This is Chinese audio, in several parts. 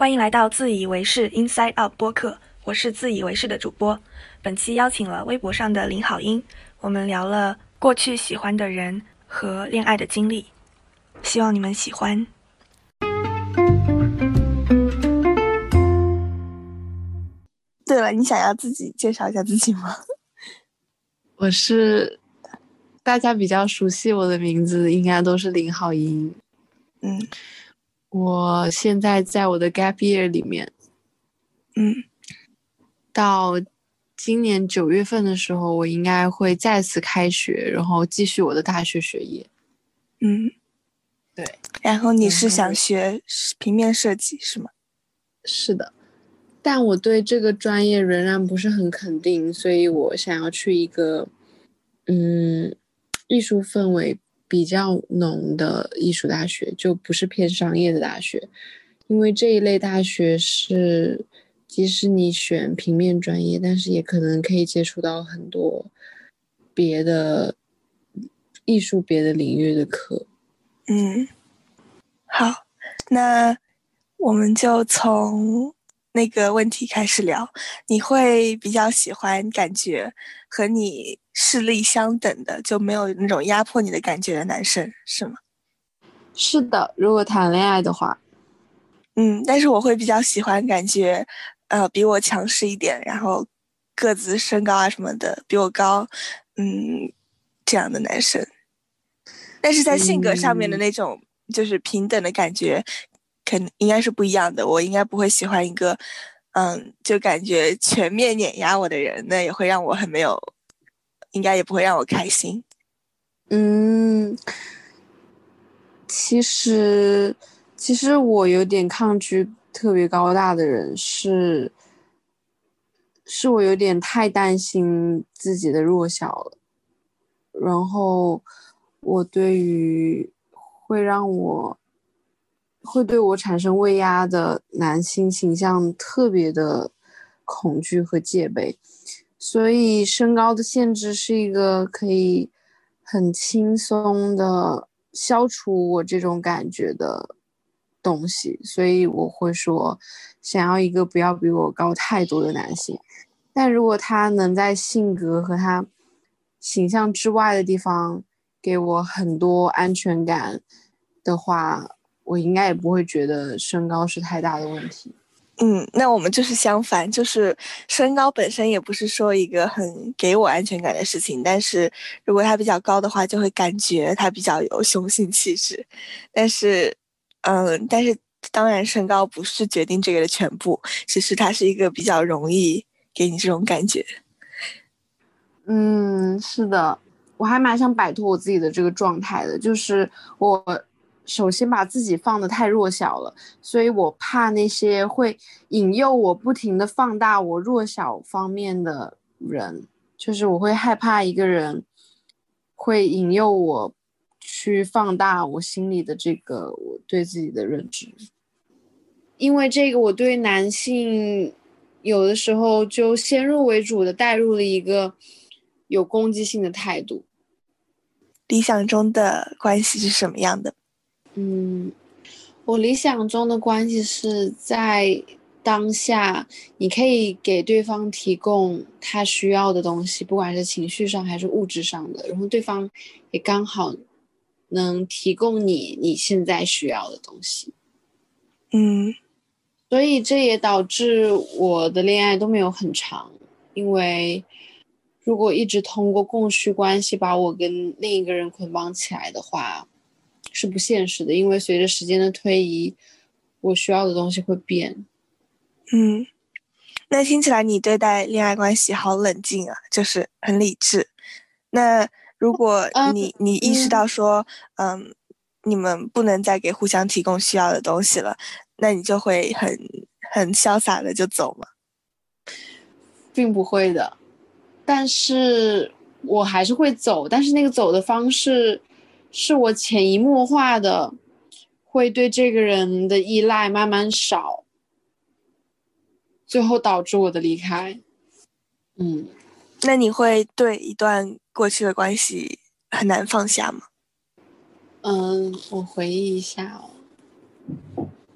欢迎来到自以为是 Inside Out 播客，我是自以为是的主播。本期邀请了微博上的林好音，我们聊了过去喜欢的人和恋爱的经历，希望你们喜欢。对了，你想要自己介绍一下自己吗？ 我是大家比较熟悉我的名字，应该都是林好音。我现在在我的 gap year 里面。到今年9月份的时候，我应该会再次开学，然后继续我的大学学业。对。 然后你是想学平面设计是吗？ 是的，但我对这个专业仍然不是很肯定，所以我想要去一个艺术氛围比较浓的艺术大学，就不是偏商业的大学。因为这一类大学是即使你选平面专业，但是也可能可以接触到很多别的艺术别的领域的课。 好，那我们就从那个问题开始聊。你会比较喜欢感觉和你视力相等的，就没有那种压迫你的感觉的男生，是吗？ 是的，如果谈恋爱的话。 但是我会比较喜欢感觉，比我强势一点，然后个子、身高啊什么的比我高，这样的男生。但是在性格上面的那种就是平等的感觉，肯定应该是不一样的。我应该不会喜欢一个，就感觉全面碾压我的人，那也会让我很没有，应该也不会让我开心。 其实我有点抗拒特别高大的人，是我有点太担心自己的弱小了。然后我对于会对我产生畏压的男性形象特别的恐惧和戒备，所以身高的限制是一个可以很轻松的消除我这种感觉的东西，所以我会说想要一个不要比我高太多的男性。但如果他能在性格和他形象之外的地方给我很多安全感的话，我应该也不会觉得身高是太大的问题。 那我们就是相反，就是身高本身也不是说一个很给我安全感的事情，但是如果他比较高的话，就会感觉他比较有雄性气质。但是，但是当然身高不是决定这个的全部，只是它是一个比较容易给你这种感觉。 是的，我还蛮想摆脱我自己的这个状态的，就是我首先把自己放得太弱小了，所以我怕那些会引诱我不停地放大我弱小方面的人，就是我会害怕一个人会引诱我去放大我心里的这个我对自己的认知。因为这个我对男性有的时候就先入为主的带入了一个有攻击性的态度。 理想中的关系是什么样的？ 我理想中的关系是在当下你可以给对方提供他需要的东西，不管是情绪上还是物质上的，然后对方也刚好能提供你现在需要的东西。所以这也导致我的恋爱都没有很长，因为如果一直通过供需关系把我跟另一个人捆绑起来的话，是不现实的，因为随着时间的推移，我需要的东西会变。 那听起来你对待恋爱关系好冷静啊，就是很理智。那如果你意识到说，你们不能再给互相提供需要的东西了，那你就会很潇洒的就走吗？ 并不会的，但是我还是会走，但是那个走的方式是我潜移默化的会对这个人的依赖慢慢少，最后导致我的离开。 那你会对一段过去的关系很难放下吗？ 我回忆一下哦。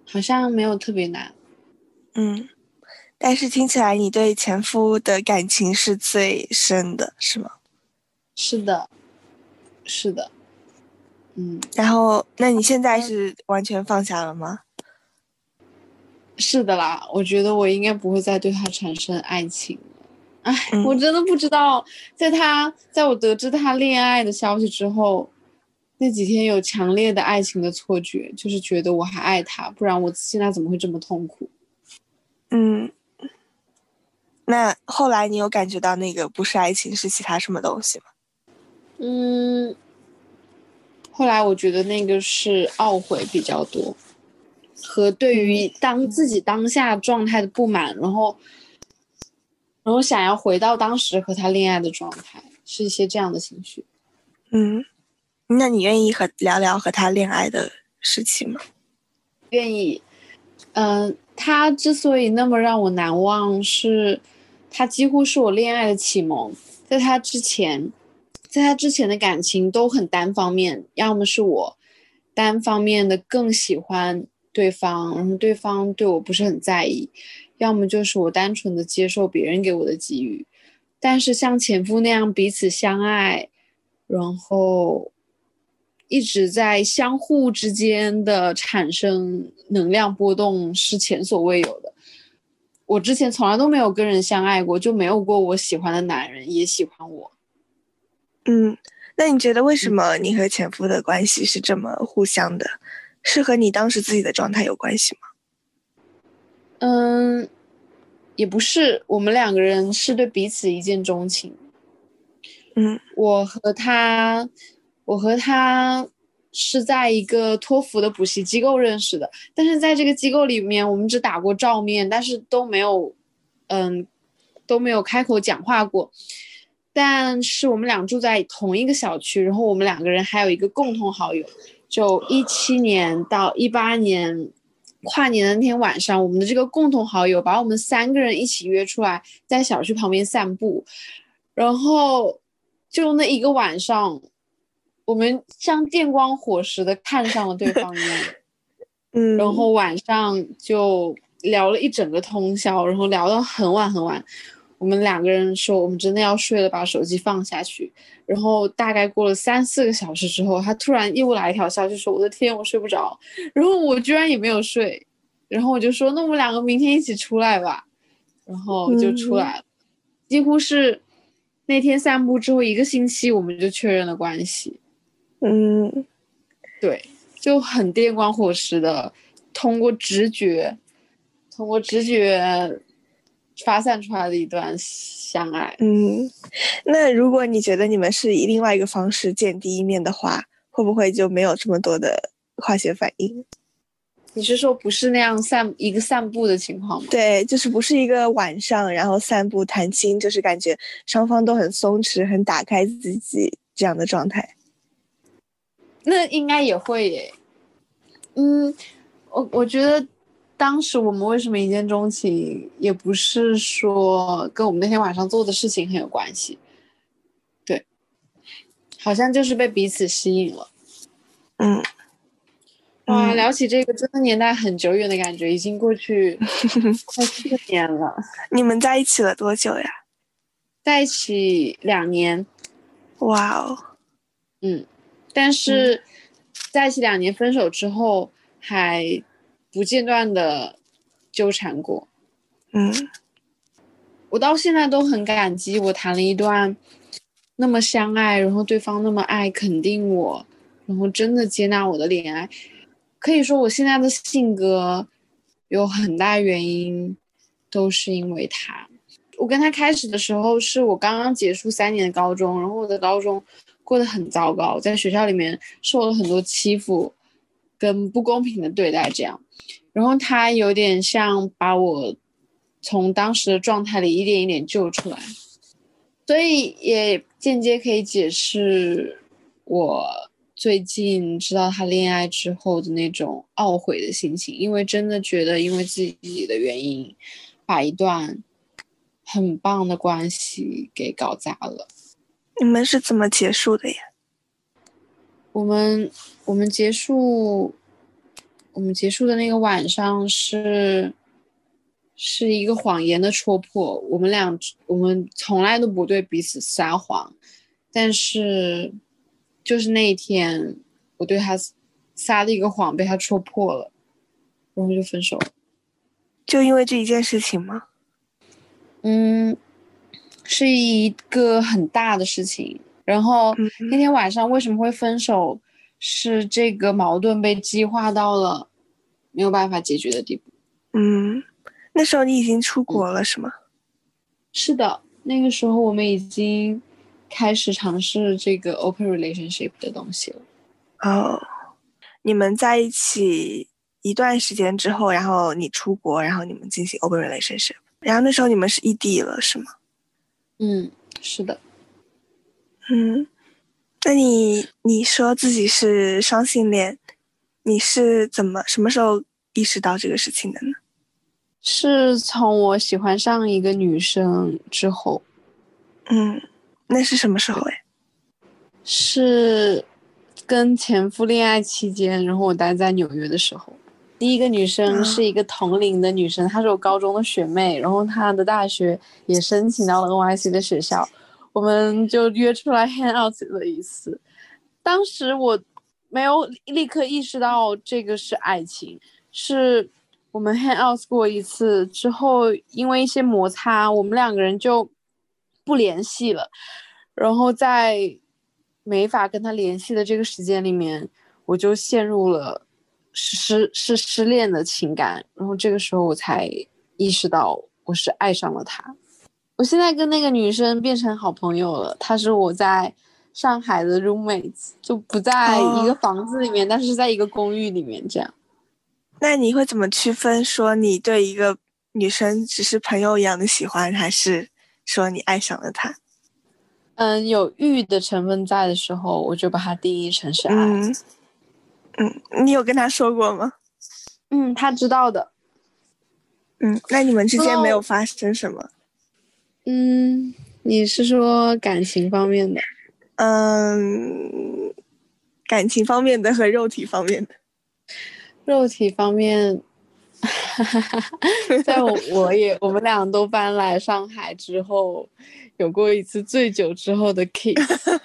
好像没有特别难。 嗯，但是听起来你对前夫的感情是最深的，是吗？ 是的，是的。 然后，那你现在是完全放下了吗？ 是的啦，我觉得我应该不会再对他产生爱情了。哎，我嗯真的不知道，在我得知他恋爱的消息之后，那几天有强烈的爱情的错觉，就是觉得我还爱他，不然我现在怎么会这么痛苦？ 嗯，那后来你有感觉到那个不是爱情，是其他什么东西吗？ 嗯，后来我觉得那个是懊悔比较多，和对于自己当下状态的不满，然后想要回到当时和他恋爱的状态，是一些这样的情绪。 嗯，那你愿意聊聊和他恋爱的事情吗？ 愿意。他之所以那么让我难忘，是他几乎是我恋爱的启蒙。在他之前，在他之前的感情都很单方面，要么是我单方面的更喜欢对方，然后对方对我不是很在意，要么就是我单纯的接受别人给我的给予。但是像前夫那样彼此相爱，然后一直在相互之间的产生能量波动，是前所未有的。我之前从来都没有跟人相爱过，就没有过我喜欢的男人也喜欢我。 嗯，那你觉得为什么你和前夫的关系是这么互相的？是和你当时自己的状态有关系吗？ 嗯，也不是，我们两个人是对彼此一见钟情。 嗯我和他是在一个托福的补习机构认识的，但是在这个机构里面，我们只打过照面，但是都没有开口讲话过。但是我们俩住在同一个小区，然后我们两个人还有一个共同好友，就17年到18年跨年的那天晚上，我们的这个共同好友把我们3个人一起约出来，在小区旁边散步，然后就那一个晚上，我们像电光火石的看上了对方一样，然嗯后晚上就聊了一整个通宵，然后聊到很晚很晚。我们两个人说我们真的要睡了，把手机放下去。然后大概过了3、4个小时之后，他突然又来一条消息说：“我的天，我睡不着。”然后我居然也没有睡，然后我就说：“那我们两个明天一起出来吧。”然后就出嗯来了，几乎是那天散步之后1个星期，我们就确认了关系。 嗯对，就很电光火石的，通过直觉，通过直觉发散出来的一段相爱。 嗯，那如果你觉得你们是以另外一个方式见第一面的话，会不会就没有这么多的化学反应？ 你是说不是那样一个散步的情况吗？ 对，就是不是一个晚上，然后散步谈心，就是感觉双方都很松弛、很打开自己这样的状态。 那应该也会耶。嗯，我觉得当时我们为什么一见钟情，也不是说跟我们那天晚上做的事情很有关系。对，好像就是被彼此吸引了。 嗯哇， 嗯， 聊起这个真的年代很久远的感觉，已经过去快4年了。 你们在一起了多久呀？ 在一起2年。 哇哦， 但嗯是在一起2年，分手之后还不间断的纠缠过。 嗯我到现在都很感激我谈了一段那么相爱，然后对方那么爱肯定我，然后真的接纳我的恋爱。可以说我现在的性格有很大原因都是因为他。我跟他开始的时候是我刚刚结束3年的高中，然后我的高中过得很糟糕，在学校里面受了很多欺负跟不公平的对待这样。然后他有点像把我从当时的状态里一点一点救出来，所以也间接可以解释我最近知道他恋爱之后的那种懊悔的心情，因为真的觉得因为自己的原因，把一段很棒的关系给搞砸了。 你们是怎么结束的呀？ 我们结束我们结束的那个晚上是一个谎言的戳破，我们从来都不对彼此撒谎，但是就是那一天我对他撒的一个谎被他戳破了，然后就分手了。 就因为这一件事情吗？ 是一个很大的事情。然后那天晚上为什么会分手，是这个矛盾被激化到了没有办法解决的地步。 那时候你已经出国了是吗？ 是的，那个时候我们已经开始尝试这个 open relationship 的东西了。 哦，你们在一起一段时间之后，然后你出国，然后你们进行 open relationship，然后那时候你们是异地了是吗？ 是的。 那你说自己是双性恋，你是什么时候意识到这个事情的呢？ 是从我喜欢上一个女生之后。 那是什么时候呀？ 是跟前夫恋爱期间，然后我待在纽约的时候。第一个女生是一个同龄的女生，她是我高中的学妹，然后她的大学也申请到了 NYC 的学校，我们就约出来 hang out 了一次。当时我没有立刻意识到这个是爱情，是我们 hang out 过一次之后，因为一些摩擦，我们两个人就不联系了。然后在没法跟他联系的这个时间里面，我就陷入了失恋的情感。然后这个时候我才意识到我是爱上了他。我现在跟那个女生变成好朋友了，她是我在上海的 roommates， 就不在一个房子里面，但是在一个公寓里面这样。 那你会怎么区分说你对一个女生只是朋友一样的喜欢，还是说你爱上了她？ 有欲的成分在的时候，我就把它定义成是爱。 你有跟她说过吗？ 他知道的。 那你们之间没有发生什么？ 你是说感情方面的？ 感情方面的和肉体方面的。 肉体方面，在我们俩都搬来上海之后，有过一次醉酒之后的 kiss。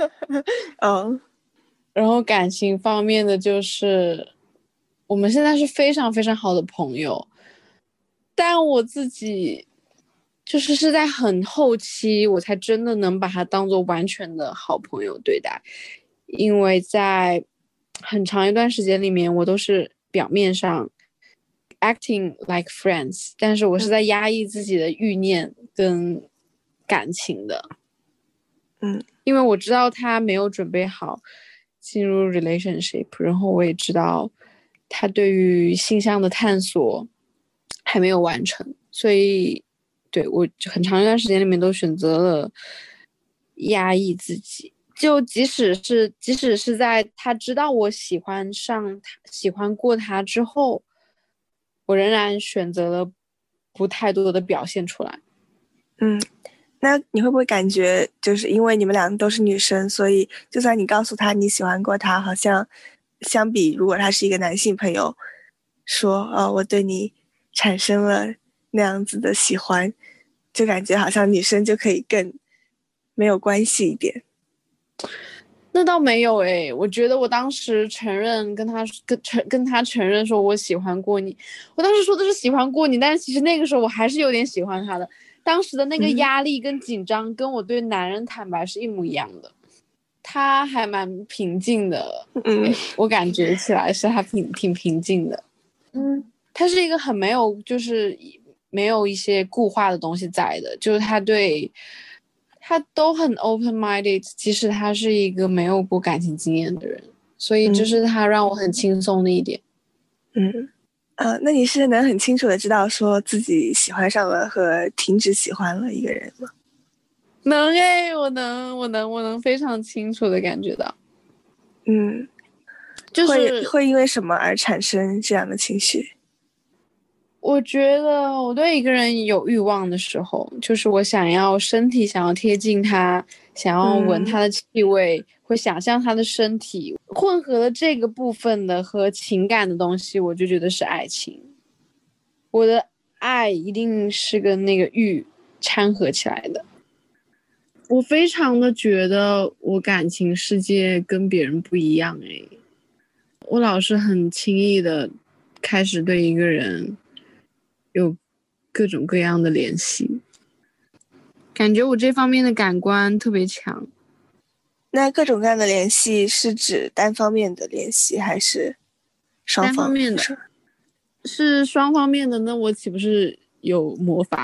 然后感情方面的就是我们现在是非常非常好的朋友，但我自己是在很后期我才真的能把他当做完全的好朋友对待，因为在很长一段时间里面我都是表面上 acting like friends， 但是我是在压抑自己的欲念跟感情的。因为我知道他没有准备好进入 relationship， 然后我也知道他对于性向的探索还没有完成，所以对我很长一段时间里面都选择了压抑自己。就即使是在他知道我喜欢过他之后，我仍然选择了不太多的表现出来。 那你会不会感觉就是因为你们俩都是女生，所以就算你告诉他你喜欢过他，好像相比如果他是一个男性朋友说我对你产生了那样子的喜欢，就感觉好像女生就可以更没有关系一点。 那倒没有我觉得我当时承认跟他承认说我喜欢过你，我当时说的是喜欢过你，但是其实那个时候我还是有点喜欢他的。当时的那个压力跟紧张跟我对男人坦白是一模一样的。他还蛮平静的，我感觉起来是他挺平静的。他是一个很没有一些固化的东西在的，就是他都很 open minded， 即使他是一个没有过感情经验的人，所以这是他让我很轻松的一点。 那你是能很清楚的知道说自己喜欢上了和停止喜欢了一个人吗？ 能我能非常清楚的感觉到。就是会因为什么而产生这样的情绪？ 我觉得我对一个人有欲望的时候，就是我身体想要贴近他想要闻他的气味，会想象他的身体，混合了这个部分的和情感的东西，我就觉得是爱情。我的爱一定是跟那个欲掺合起来的。我非常的觉得我感情世界跟别人不一样我老是很轻易的开始对一个人有各种各样的联系，感觉我这方面的感官特别强。 那各种各样的联系是指单方面的联系还是双单方面的？是双方面的，那我岂不是有魔法？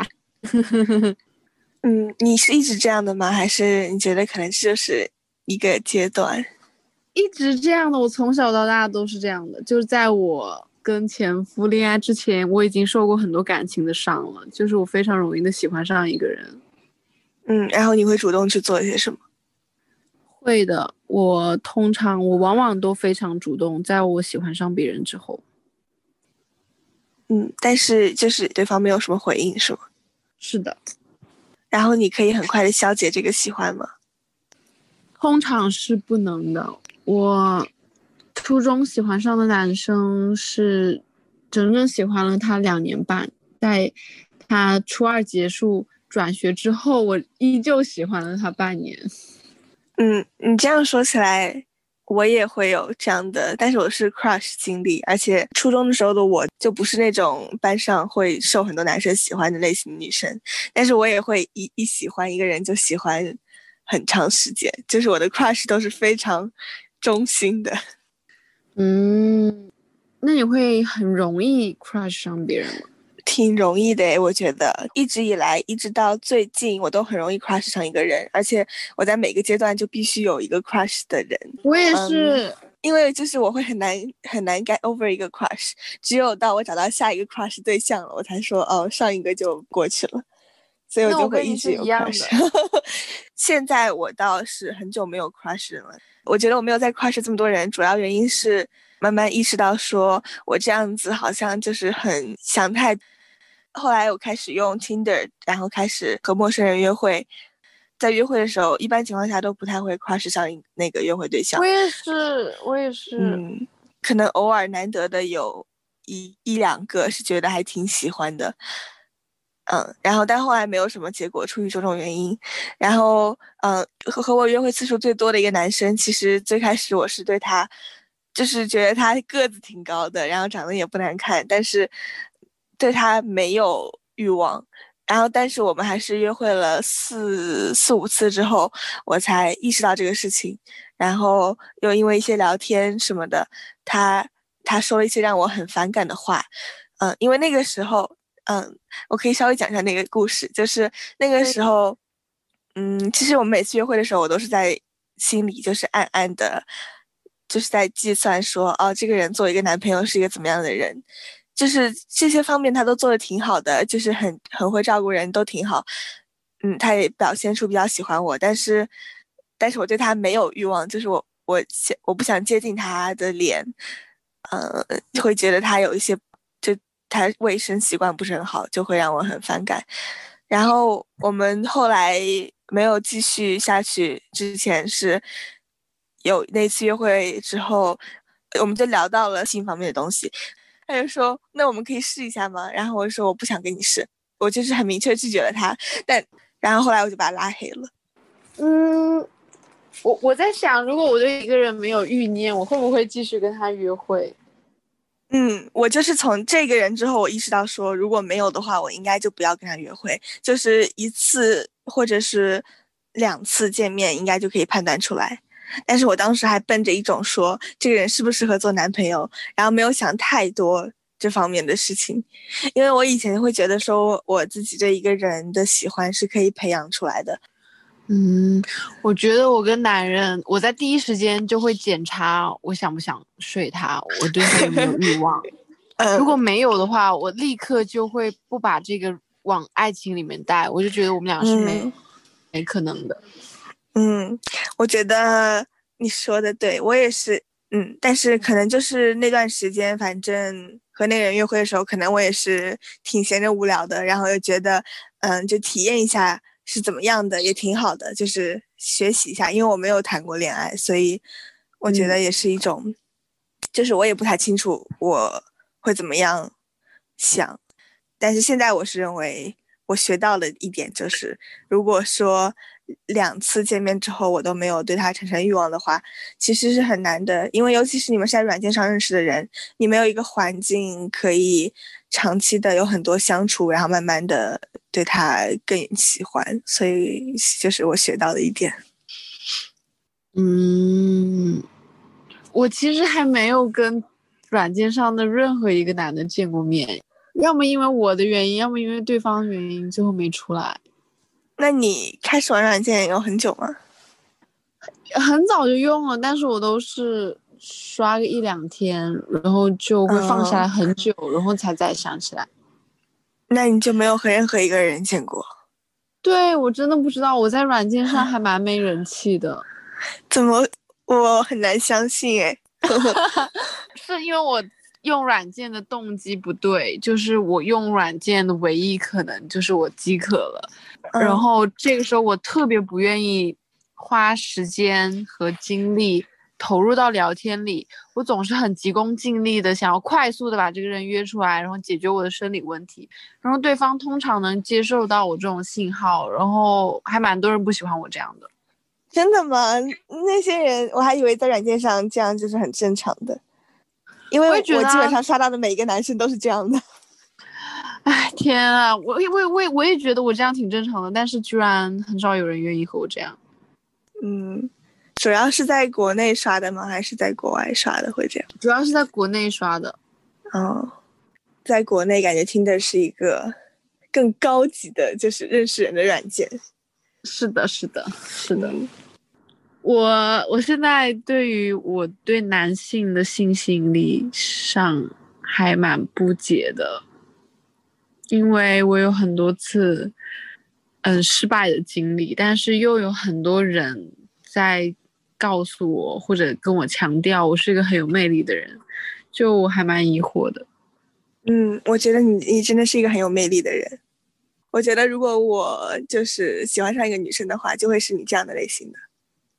你是一直这样的吗？还是你觉得可能就是一个阶段？ 一直这样的，我从小到大都是这样的。就是在我跟前夫恋爱之前，我已经受过很多感情的伤了，就是我非常容易的喜欢上一个人。 然后你会主动去做一些什么？ 会的，我往往都非常主动，在我喜欢上别人之后。 但是就是对方没有什么回应，是吗？ 是的。 然后你可以很快的消解这个喜欢吗？ 通常是不能的。我初中喜欢上的男生是整整喜欢了他2年半，在他初2结束转学之后，我依旧喜欢了他半年。 你这样说起来，我也会有这样的，但是我是 crush 经历，而且初中的时候的我就不是那种班上会受很多男生喜欢的类型的女生，但是我也会一喜欢一个人就喜欢很长时间，就是我的 crush 都是非常忠心的。 那你会很容易 crush 上别人吗？ 挺容易的诶，我觉得一直以来，一直到最近，我都很容易 crush 上一个人，而且我在每个阶段就必须有一个 crush 的人。 我也是， 因为就是我会很难 get over 一个 crush，只有到我找到下一个 crush 对象了，我才说哦，上一个就过去了，所以我就会一直有 crush。现在我倒是很久没有 crush 人了，我觉得我没有再 crush 这么多人，主要原因是慢慢意识到说我这样子好像就是很想太。后来我开始用 Tinder， 然后开始和陌生人约会。在约会的时候，一般情况下都不太会 crush 上那个约会对象。 我也是。 可能偶尔难得的有一两个是觉得还挺喜欢的。然后但后来没有什么结果，出于种种原因。然后和我约会次数最多的一个男生，其实最开始我是对他，就是觉得他个子挺高的，然后长得也不难看，但是对他没有欲望。然后但是我们还是约会了四五次之后，我才意识到这个事情。然后又因为一些聊天什么的，他说了一些让我很反感的话。因为那个时候。我可以稍微讲一下那个故事，就是那个时候，其实我们每次约会的时候，我都是在心里就是暗暗的，就是在计算说，哦，这个人作为一个男朋友是一个怎么样的人，就是这些方面他都做的挺好的，就是很会照顾人，都挺好。他也表现出比较喜欢我，但是我对他没有欲望，就是我不想接近他的脸，会觉得他有一些。他卫生习惯不是很好，就会让我很反感。然后我们后来没有继续下去，之前是有那次约会之后，我们就聊到了性方面的东西。他就说：“那我们可以试一下吗？”然后我说：“我不想跟你试。”我就是很明确拒绝了他。然后后来我就把他拉黑了。 我在想，如果我对一个人没有欲念，我会不会继续跟他约会？ 我就是从这个人之后，我意识到说，如果没有的话，我应该就不要跟他约会，就是1次或者是2次见面，应该就可以判断出来。但是我当时还奔着一种说这个人适不适合做男朋友，然后没有想太多这方面的事情，因为我以前会觉得说我自己对一个人的喜欢是可以培养出来的。 我觉得我跟男人，我在第一时间就会检查我想不想睡他，我对他有没有欲望。如果没有的话，我立刻就会不把这个往爱情里面带，我就觉得我们俩是没可能的。 我觉得你说的对，我也是。但是可能就是那段时间，反正和那个人约会的时候，可能我也是挺闲着无聊的，然后又觉得，就体验一下是怎么样的，也挺好的，就是学习一下，因为我没有谈过恋爱，所以我觉得也是一种，就是我也不太清楚我会怎么样想，但是现在我是认为我学到了一点，就是如果说2次见面之后我都没有对他产生欲望的话，其实是很难的，因为尤其是你们是在软件上认识的人，你没有一个环境可以长期的有很多相处，然后慢慢的对他更喜欢，所以就是我学到的一点。 我其实还没有跟软件上的任何一个男的见过面，要么因为我的原因，要么因为对方的原因，最后没出来。 那你开始玩软件有很久吗？ 很早就用了，但是我都是刷个1-2天，然后就会放下来很久，然后才再想起来。 那你就没有和任何一个人见过？ 对，我真的不知道，我在软件上还蛮没人气的。 怎么？我很难相信诶。 是因为我用软件的动机不对，就是我用软件的唯一可能就是我饥渴了，然后这个时候我特别不愿意花时间和精力投入到聊天里，我总是很急功近利的想要快速的把这个人约出来，然后解决我的生理问题，然后对方通常能接受到我这种信号，然后还蛮多人不喜欢我这样的。 真的吗？那些人我还以为在软件上这样就是很正常的，因为我基本上刷到的每一个男生都是这样的。 哎，天啊，我也觉得我这样挺正常的，但是居然很少有人愿意和我这样。 主要是在国内刷的吗？还是在国外刷的会这样？ 主要是在国内刷的。 在国内感觉Tinder是一个更高级的，就是认识人的软件。 是的。我现在对于我对男性的性吸引力上还蛮不解的，因为我有很多次失败的经历，但是又有很多人在告诉我或者跟我强调我是一个很有魅力的人，就我还蛮疑惑的。 我觉得你真的是一个很有魅力的人。我觉得如果我就是喜欢上一个女生的话，就会是你这样的类型的。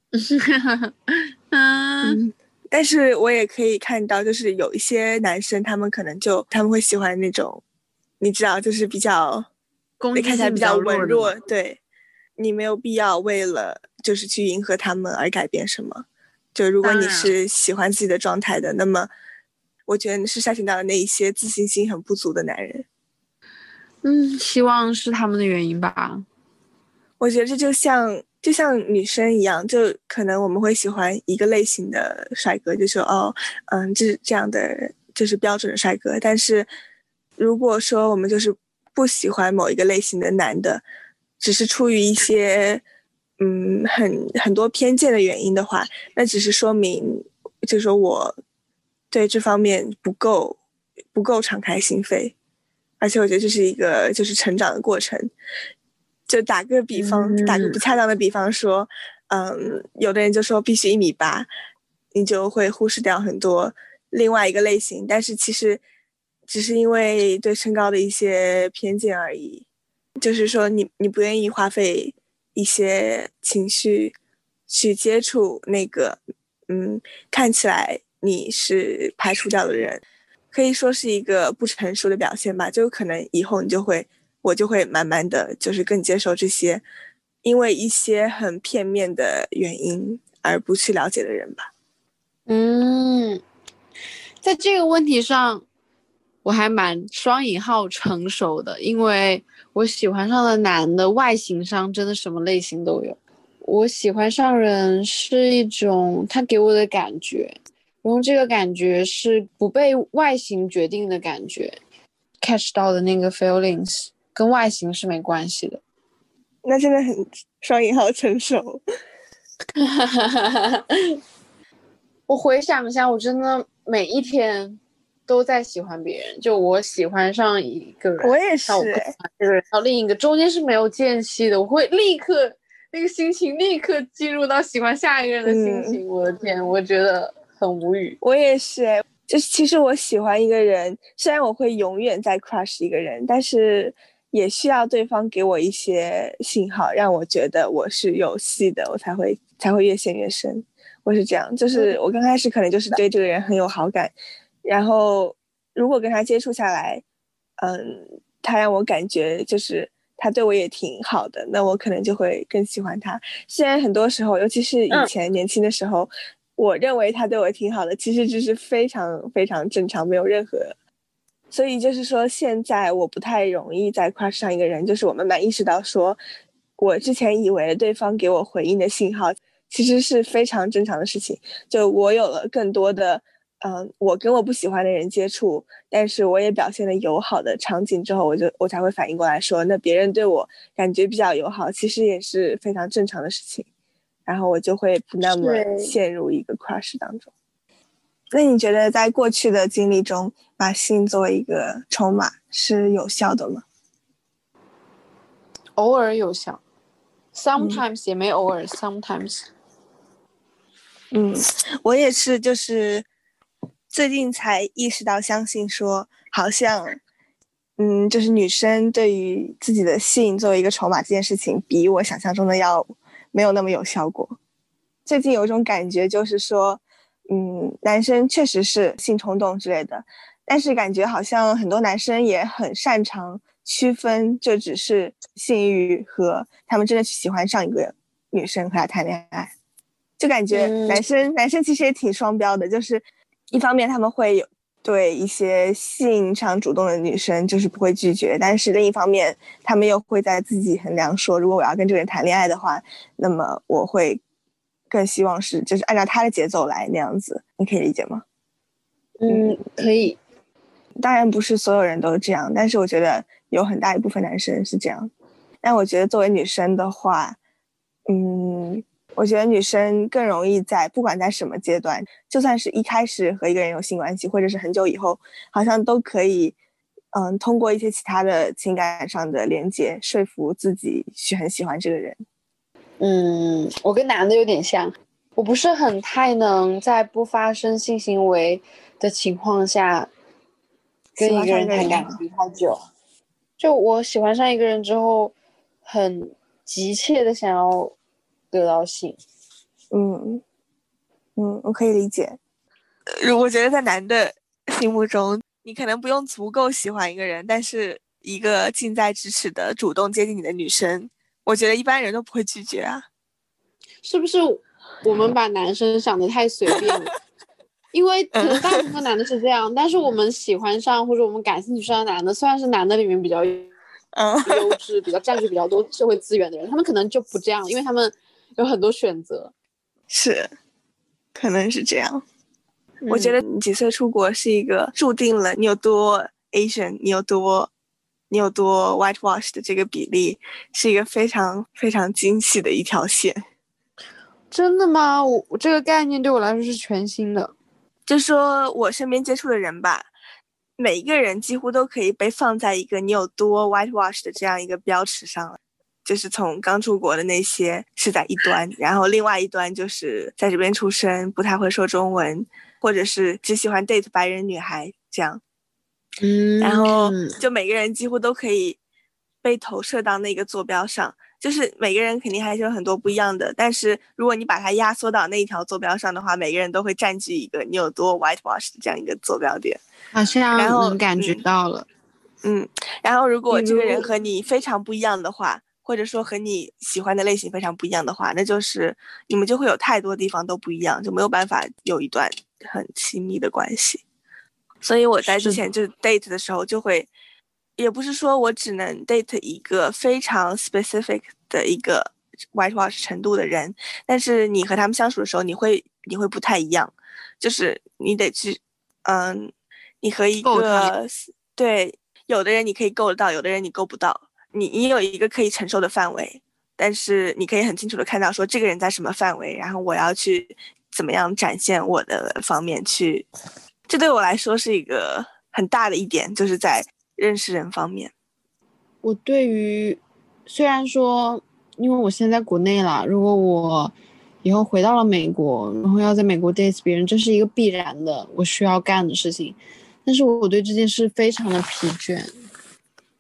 但是我也可以看到，就是有一些男生，他们会喜欢那种，你知道，就是比较看起来比较文弱。对，你没有必要为了就是去迎合他们而改变什么。就如果你是喜欢自己的状态的，那么我觉得你是筛选到了那一些自信心很不足的男人。 希望是他们的原因吧。 我觉得这就像女生一样，就可能我们会喜欢一个类型的帅哥，就说这样的就是标准的帅哥。但是如果说我们就是不喜欢某一个类型的男的，只是出于一些很多偏见的原因的话，那只是说明就是说我对这方面不够敞开心扉，而且我觉得这是一个就是成长的过程。就打个比方，打个不恰当的比方说，有的人就说必须1米8，你就会忽视掉很多另外一个类型，但是其实只是因为对身高的一些偏见而已。就是说你不愿意花费一些情绪去接触那个看起来你是排除掉的人，可以说是一个不成熟的表现吧。就可能以后我就会慢慢的就是更接受这些因为一些很片面的原因而不去了解的人吧。 在这个问题上我还蛮双引号成熟的，因为我喜欢上的男的外形上真的什么类型都有。我喜欢上人是一种他给我的感觉，然后这个感觉是不被外形决定的感觉， catch 到的那个 feelings 跟外形是没关系的。 那真的很双引号成熟。 我回想一下，我真的每一天都在喜欢别人，就我喜欢上一个人， 我也是， 我不喜欢这个人到另一个，中间是没有间隙的，我会立刻那个心情立刻进入到喜欢下一个人的心情。我的天，我觉得很无语。 我也是，就是其实我喜欢一个人，虽然我会永远在 crush 一个人，但是也需要对方给我一些信号，让我觉得我是有戏的，我才会越陷越深。我是这样，就是我刚开始可能就是对这个人很有好感，然后如果跟他接触下来，他让我感觉就是他对我也挺好的，那我可能就会更喜欢他。虽然很多时候，尤其是以前年轻的时候，我认为他对我挺好的，其实就是非常非常正常，没有任何。所以就是说，现在我不太容易在 crush 上一个人，就是我慢慢意识到说，我之前以为对方给我回应的信号，其实是非常正常的事情。就我有了更多的，我跟我不喜欢的人接触，但是我也表现的友好的场景之后，我才会反应过来说，那别人对我感觉比较友好，其实也是非常正常的事情。然后我就会不那么陷入一个 crush 当中。那你觉得在过去的经历中，把性作为一个筹码是有效的吗？ 偶尔有效 ，sometimes 也没偶尔 ，sometimes。 我也是，就是最近才意识到，相信说，好像，就是女生对于自己的性作为一个筹码这件事情，比我想象中的要没有那么有效果。最近有一种感觉，就是说，男生确实是性冲动之类的，但是感觉好像很多男生也很擅长区分，这只是性欲和他们真的去喜欢上一个女生和她谈恋爱。就感觉男生其实也挺双标的，就是一方面他们会有对一些性上主动的女生就是不会拒绝，但是另一方面他们又会在自己衡量说，如果我要跟这个人谈恋爱的话，那么我会更希望是就是按照他的节奏来那样子。你可以理解吗？ 可以。 当然不是所有人都是这样，但是我觉得有很大一部分男生是这样。但我觉得作为女生的话，我觉得女生更容易在不管在什么阶段，就算是一开始和一个人有性关系，或者是很久以后，好像都可以，通过一些其他的情感上的连接，说服自己去很喜欢这个人。 我跟男的有点像，我不是很太能在不发生性行为的情况下跟一个人谈感情太久。就我喜欢上一个人之后，很急切的想要得到性。 我可以理解。我觉得在男的心目中，你可能不用足够喜欢一个人，但是一个近在咫尺的主动接近你的女生，我觉得一般人都不会拒绝啊。 是不是我们把男生想得太随便了？因为可能大部分男的是这样，但是我们喜欢上或者我们感兴趣上的男的，虽然是男的里面比较优质、比较占据比较多社会资源的人，他们可能就不这样，因为他们有很多选择。 是，可能是这样。我觉得几岁出国是一个注定了你有多 Asian， 你有多 whitewash 的这个比例，是一个非常非常惊喜的一条线。 真的吗？我这个概念对我来说是全新的。 就说我身边接触的人吧，每一个人几乎都可以被放在一个你有多 whitewash 的这样一个标尺上了。就是从刚出国的那些是在一端，然后另外一端就是在这边出生，不太会说中文，或者是只喜欢 date 白人女孩这样。然后就每个人几乎都可以被投射到那个坐标上，就是每个人肯定还是有很多不一样的，但是如果你把它压缩到那一条坐标上的话，每个人都会占据一个你有多 whitewash 的这样一个坐标点。 好像能感觉到了。 然后如果这个人和你非常不一样的话，或者说和你喜欢的类型非常不一样的话，那就是你们就会有太多地方都不一样，就没有办法有一段很亲密的关系。所以我在之前就是 date 的时候就会，也不是说我只能 date 一个非常 specific 的一个 whitewash 程度的人，但是你和他们相处的时候，你会不太一样，就是你得去，你和一个对，有的人你可以够得到，有的人你够不到，你有一个可以承受的范围，但是你可以很清楚的看到说这个人在什么范围，然后我要去怎么样展现我的方面去。这对我来说是一个很大的一点，就是在认识人方面。 我对于，虽然说，因为我现在国内啦，如果我以后回到了美国，然后要在美国 date 别人，这是一个必然的，我需要干的事情。但是我对这件事非常的疲倦，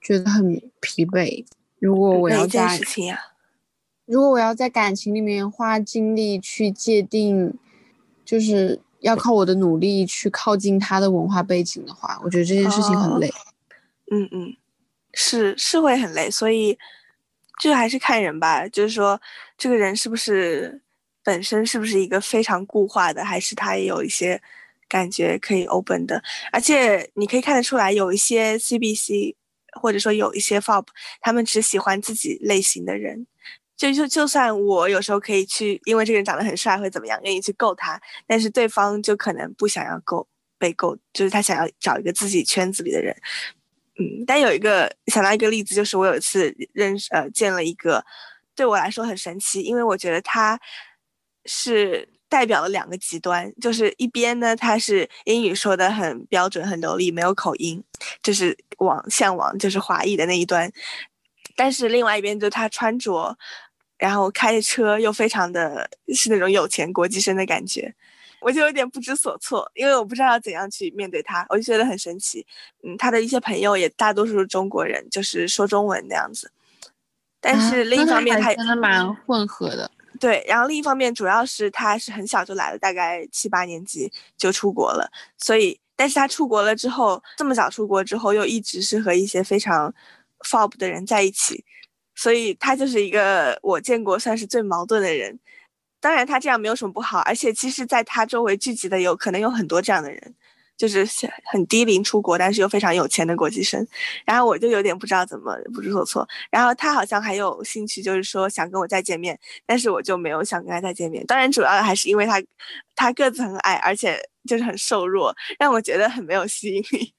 觉得很疲惫。如果我哪一件要在事情呀？ 如果我要在感情里面花精力去界定，就是要靠我的努力去靠近他的文化背景的话，我觉得这件事情很累。 嗯嗯，是会很累，所以这还是看人吧，就是说这个人是不是本身是不是一个非常固化的，还是他也有一些感觉可以 open 的，而且你可以看得出来，有一些 CBC 或者说有一些 FOP，他们只喜欢自己类型的人。就算我有时候可以去，因为这个人长得很帅或怎么样，愿意去够他，但是对方就可能不想要被够，就是他想要找一个自己圈子里的人。但有一个想到一个例子，就是我有一次见了一个对我来说很神奇，因为我觉得他是代表了两个极端，就是一边呢他是英语说的很标准很流利，没有口音，就是向往就是华裔的那一端，但是另外一边就他穿着，然后开车又非常的是那种有钱国际生的感觉。我就有点不知所措，因为我不知道要怎样去面对他，我就觉得很神奇。他的一些朋友也大多数是中国人，就是说中文那样子。但是另那他一方面他， 还真的蛮混合的。 对，然后另一方面主要是他是很小就来了，大概7、8年级就出国了，所以，但是他出国了之后，这么早出国之后，又一直是和一些非常 FOB 的人在一起，所以他就是一个我见过算是最矛盾的人。当然，他这样没有什么不好，而且其实，在他周围聚集的可能有很多这样的人，就是很低龄出国，但是又非常有钱的国际生。然后我就有点不知道怎么不知所措。然后他好像还有兴趣，就是说想跟我再见面，但是我就没有想跟他再见面。当然，主要还是因为他个子很矮，而且就是很瘦弱，让我觉得很没有吸引力。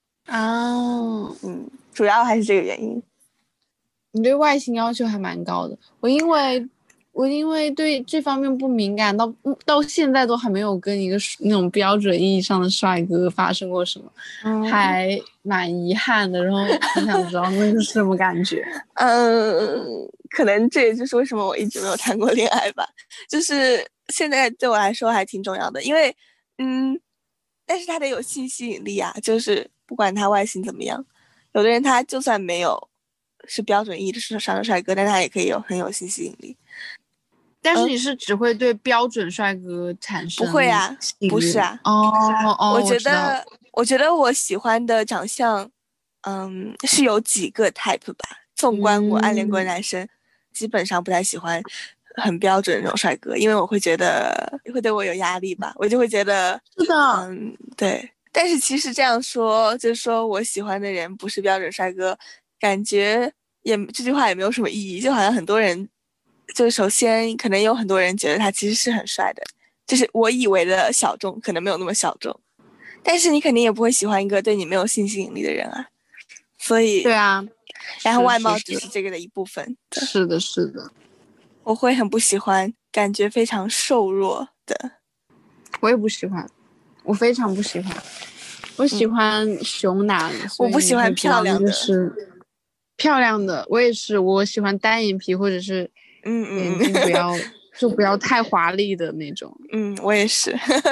主要还是这个原因。 你对外形要求还蛮高的。我因为对这方面不敏感，到现在都还没有跟一个那种标准意义上的帅哥发生过什么，还蛮遗憾的。然后很想知道那个是什么感觉。 可能这也就是为什么我一直没有谈过恋爱吧。就是现在对我来说还挺重要的，因为但是他得有性吸引力啊，就是不管他外形怎么样，有的人他就算没有是标准意义上的帅哥，但他也可以很有性吸引力。 但是你是只会对标准帅哥产不生会啊， 吸引力？ 不是啊。我我觉知道了。 得，我觉得我喜欢的长相，是有几个 type 吧。纵观我暗恋过的男生，基本上不太喜欢很标准的那种帅哥，因为我会觉得会对我有压力吧。我就会觉得， 是的。 对。但是其实这样说，就是说我喜欢的人不是标准帅哥，感觉这句话也没有什么意义。就好像很多人，就首先可能有很多人觉得他其实是很帅的。就是我以为的小众，可能没有那么小众，但是你肯定也不会喜欢一个对你没有性吸引力的人啊。所以， 对啊， 然后外貌只是是这个的一部分。 是的，是的， 我会很不喜欢感觉非常瘦弱的。 我也不喜欢，我非常不喜欢。我喜欢熊男，所以我不喜欢你会知道那漂亮的。 个是漂亮的。我也是，我喜欢单眼皮或者是眼睛不要太华丽的那种。 我也是。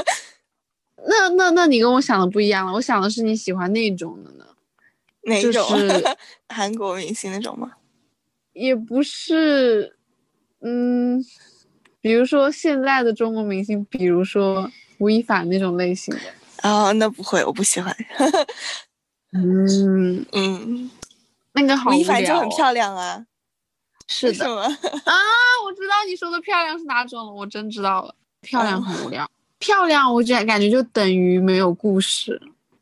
那你跟我想的不一样了，我想的是你喜欢那种的呢。 哪一种？ 就是韩国明星那种吗？ 也不是，比如说现在的中国明星，比如说吴亦凡那种类型的。 那不会，我不喜欢。 那个好吴亦无聊哦。 凡就很漂亮啊。 是的。 为什么？ 我知道你说的漂亮是哪种了，我真知道了。漂亮很无聊。漂亮我感觉就等于没有故事。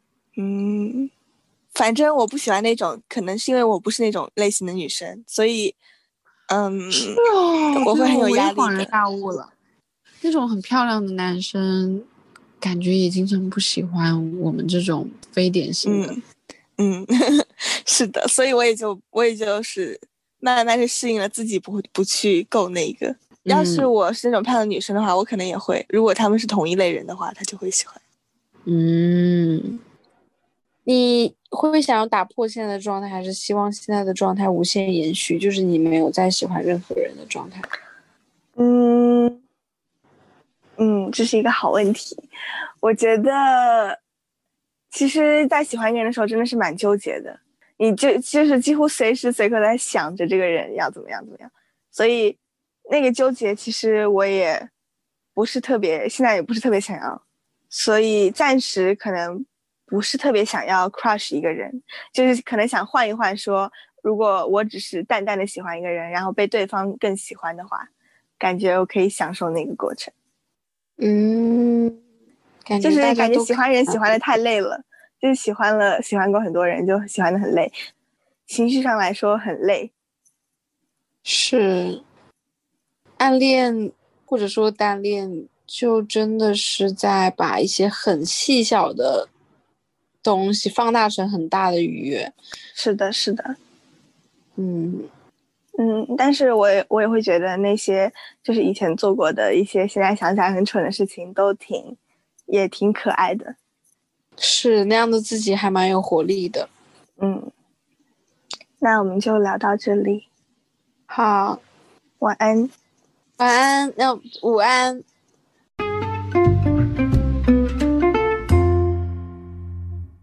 反正我不喜欢那种，可能是因为我不是那种类型的女生，所以是哦， 我会很有我也压力的。 恍然大悟了。那种很漂亮的男生，感觉也经常不喜欢我们这种非典型的。 是的，所以我也就是慢慢的适应了自己不去够那个。要是我是那种漂亮的女生的话，我可能也会。如果他们是同一类人的话，他就会喜欢。 你会想要打破现在的状态，还是希望现在的状态无限延续？就是你没有再喜欢任何人的状态？ 这是一个好问题。我觉得，其实，在喜欢一个人的时候，真的是蛮纠结的。 你就是几乎随时随刻在想着这个人要怎么样怎么样，所以那个纠结其实我也不是特别，现在也不是特别想要，所以暂时可能不是特别想要 crush 一个人，就是可能想换一换说，如果我只是淡淡的喜欢一个人，然后被对方更喜欢的话，感觉我可以享受那个过程。 感觉就是感觉大家都可以喜欢人喜欢的太累了，就是喜欢过很多人就喜欢的很累，情绪上来说很累。 是暗恋或者说单恋，就真的是在把一些很细小的东西放大成很大的愉悦。 是的，是的。 嗯， 但是我也会觉得那些就是以前做过的一些现在想起来很蠢的事情，也挺可爱的。 是那样的自己还蛮有活力的。 嗯，那我们就聊到这里， 好， 晚安。 晚安，那午安。